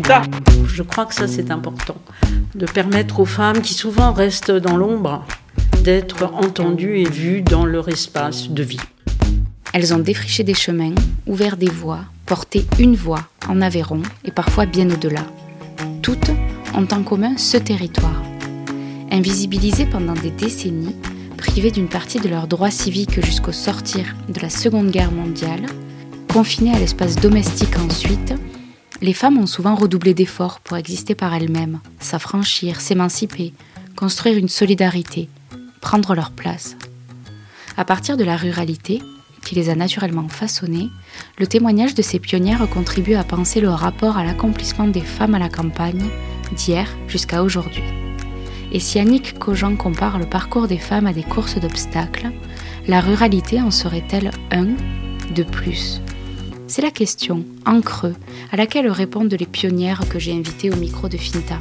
Finta. Je crois que ça, c'est important, de permettre aux femmes qui souvent restent dans l'ombre d'être entendues et vues dans leur espace de vie. Elles ont défriché des chemins, ouvert des voies, porté une voix en Aveyron et parfois bien au-delà. Toutes ont en commun ce territoire. Invisibilisées pendant des décennies, privées d'une partie de leurs droits civiques jusqu'au sortir de la Seconde Guerre mondiale, confinées à l'espace domestique ensuite, les femmes ont souvent redoublé d'efforts pour exister par elles-mêmes, s'affranchir, s'émanciper, construire une solidarité, prendre leur place. À partir de la ruralité, qui les a naturellement façonnées, le témoignage de ces pionnières contribue à penser le rapport à l'accomplissement des femmes à la campagne, d'hier jusqu'à aujourd'hui. Et si Annick Cogent compare le parcours des femmes à des courses d'obstacles, la ruralité en serait-elle un de plus ? C'est la question, en creux, à laquelle répondent les pionnières que j'ai invitées au micro de Finta.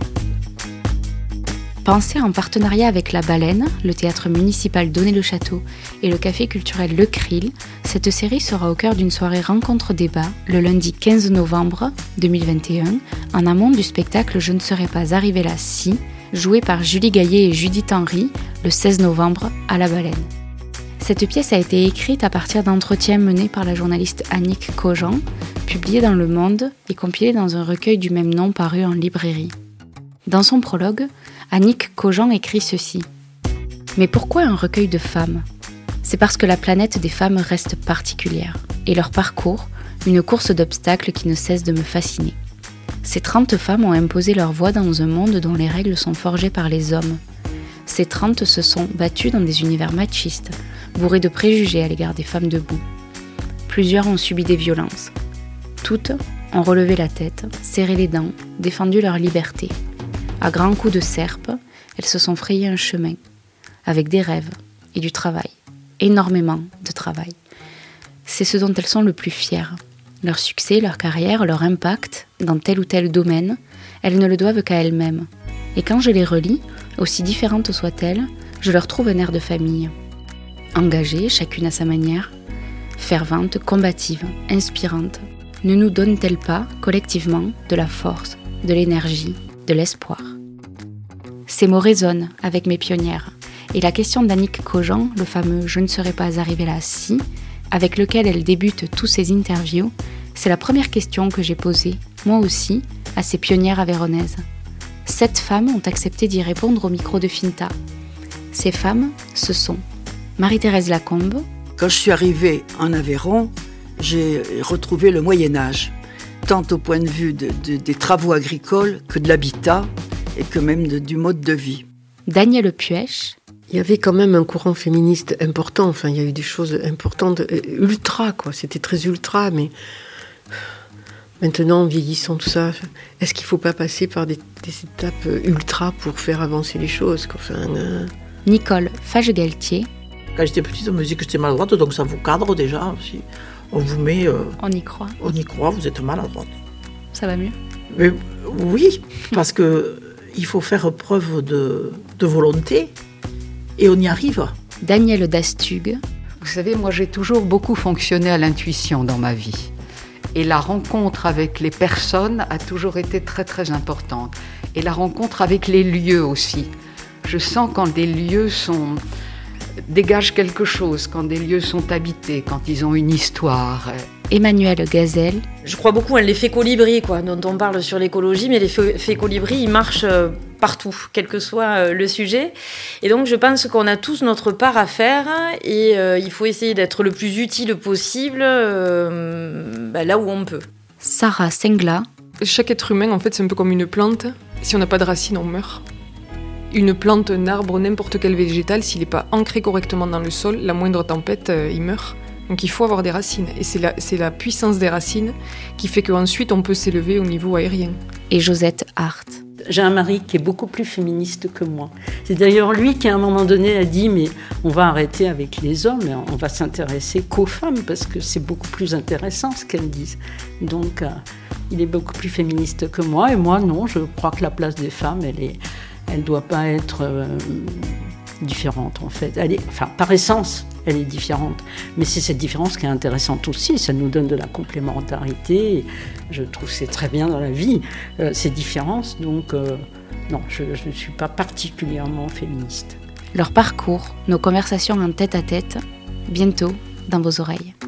Pensée en partenariat avec La Baleine, le théâtre municipal d'Onet-le-Château et le café culturel Le Krill, cette série sera au cœur d'une soirée rencontre-débat le lundi 15 novembre 2021, en amont du spectacle Je ne serais pas arrivée là si, joué par Julie Gaillet et Judith Henry le 16 novembre à La Baleine. Cette pièce a été écrite à partir d'entretiens menés par la journaliste Annick Cogent, publiés dans Le Monde et compilés dans un recueil du même nom paru en librairie. Dans son prologue, Annick Cogent écrit ceci. « Mais pourquoi un recueil de femmes ? C'est parce que la planète des femmes reste particulière, et leur parcours, une course d'obstacles qui ne cesse de me fasciner. Ces 30 femmes ont imposé leur voix dans un monde dont les règles sont forgées par les hommes. Ces 30 se sont battues dans des univers machistes, bourrés de préjugés à l'égard des femmes debout. Plusieurs ont subi des violences. Toutes ont relevé la tête, serré les dents, défendu leur liberté. À grands coups de serpe, elles se sont frayées un chemin, avec des rêves et du travail, énormément de travail. C'est ce dont elles sont le plus fières. Leur succès, leur carrière, leur impact dans tel ou tel domaine, elles ne le doivent qu'à elles-mêmes. Et quand je les relis, aussi différentes soient-elles, je leur trouve un air de famille. Engagées, chacune à sa manière, ferventes, combatives, inspirantes, ne nous donnent-elles pas, collectivement, de la force, de l'énergie, de l'espoir ? Ces mots résonnent avec mes pionnières, et la question d'Annick Cogent, le fameux « Je ne serais pas arrivée là si », avec lequel elle débute tous ses interviews, c'est la première question que j'ai posée, moi aussi, à ces pionnières aveyronnaises. 7 femmes ont accepté d'y répondre au micro de Finta. Ces femmes, ce sont Marie-Thérèse Lacombe. Quand je suis arrivée en Aveyron, j'ai retrouvé le Moyen-Âge, tant au point de vue des travaux agricoles que de l'habitat et que même du mode de vie. Danielle Puech. Il y avait quand même un courant féministe important, enfin il y a eu des choses importantes, ultra quoi, c'était très ultra, mais maintenant en vieillissant tout ça, est-ce qu'il ne faut pas passer par des étapes ultra pour faire avancer les choses quoi, Nicole Fage-Galtier. Quand j'étais petite, on me disait que j'étais maladroite, donc ça vous cadre déjà. Si on vous met... on y croit. On y croit, vous êtes maladroite. Ça va mieux ? Mais oui, parce qu'il faut faire preuve de volonté et on y arrive. Danielle Dastug. Vous savez, moi j'ai toujours beaucoup fonctionné à l'intuition dans ma vie. Et la rencontre avec les personnes a toujours été très très importante. Et la rencontre avec les lieux aussi. Je sens quand des lieux dégagent quelque chose, quand des lieux sont habités, quand ils ont une histoire. Emmanuelle Gazelle. Je crois beaucoup à l'effet colibri, dont on parle sur l'écologie, mais l'effet colibri, il marche partout, quel que soit le sujet. Et donc, je pense qu'on a tous notre part à faire et il faut essayer d'être le plus utile possible là où on peut. Sarah Sengla. Chaque être humain, en fait, c'est un peu comme une plante. Si on n'a pas de racines, on meurt. Une plante, un arbre, n'importe quel végétal, s'il n'est pas ancré correctement dans le sol, la moindre tempête, il meurt. Donc il faut avoir des racines. Et c'est la puissance des racines qui fait qu'ensuite on peut s'élever au niveau aérien. Et Josette Hart. J'ai un mari qui est beaucoup plus féministe que moi. C'est d'ailleurs lui qui, à un moment donné, a dit « Mais on va arrêter avec les hommes, et on va s'intéresser qu'aux femmes, parce que c'est beaucoup plus intéressant ce qu'elles disent. » Donc, il est beaucoup plus féministe que moi. Et moi, non, je crois que la place des femmes, elle doit pas être différente, en fait. Par essence, elle est différente. Mais c'est cette différence qui est intéressante aussi, ça nous donne de la complémentarité. Je trouve que c'est très bien dans la vie, ces différences. Donc non, je ne suis pas particulièrement féministe. Leur parcours, nos conversations en tête-à-tête, bientôt dans vos oreilles.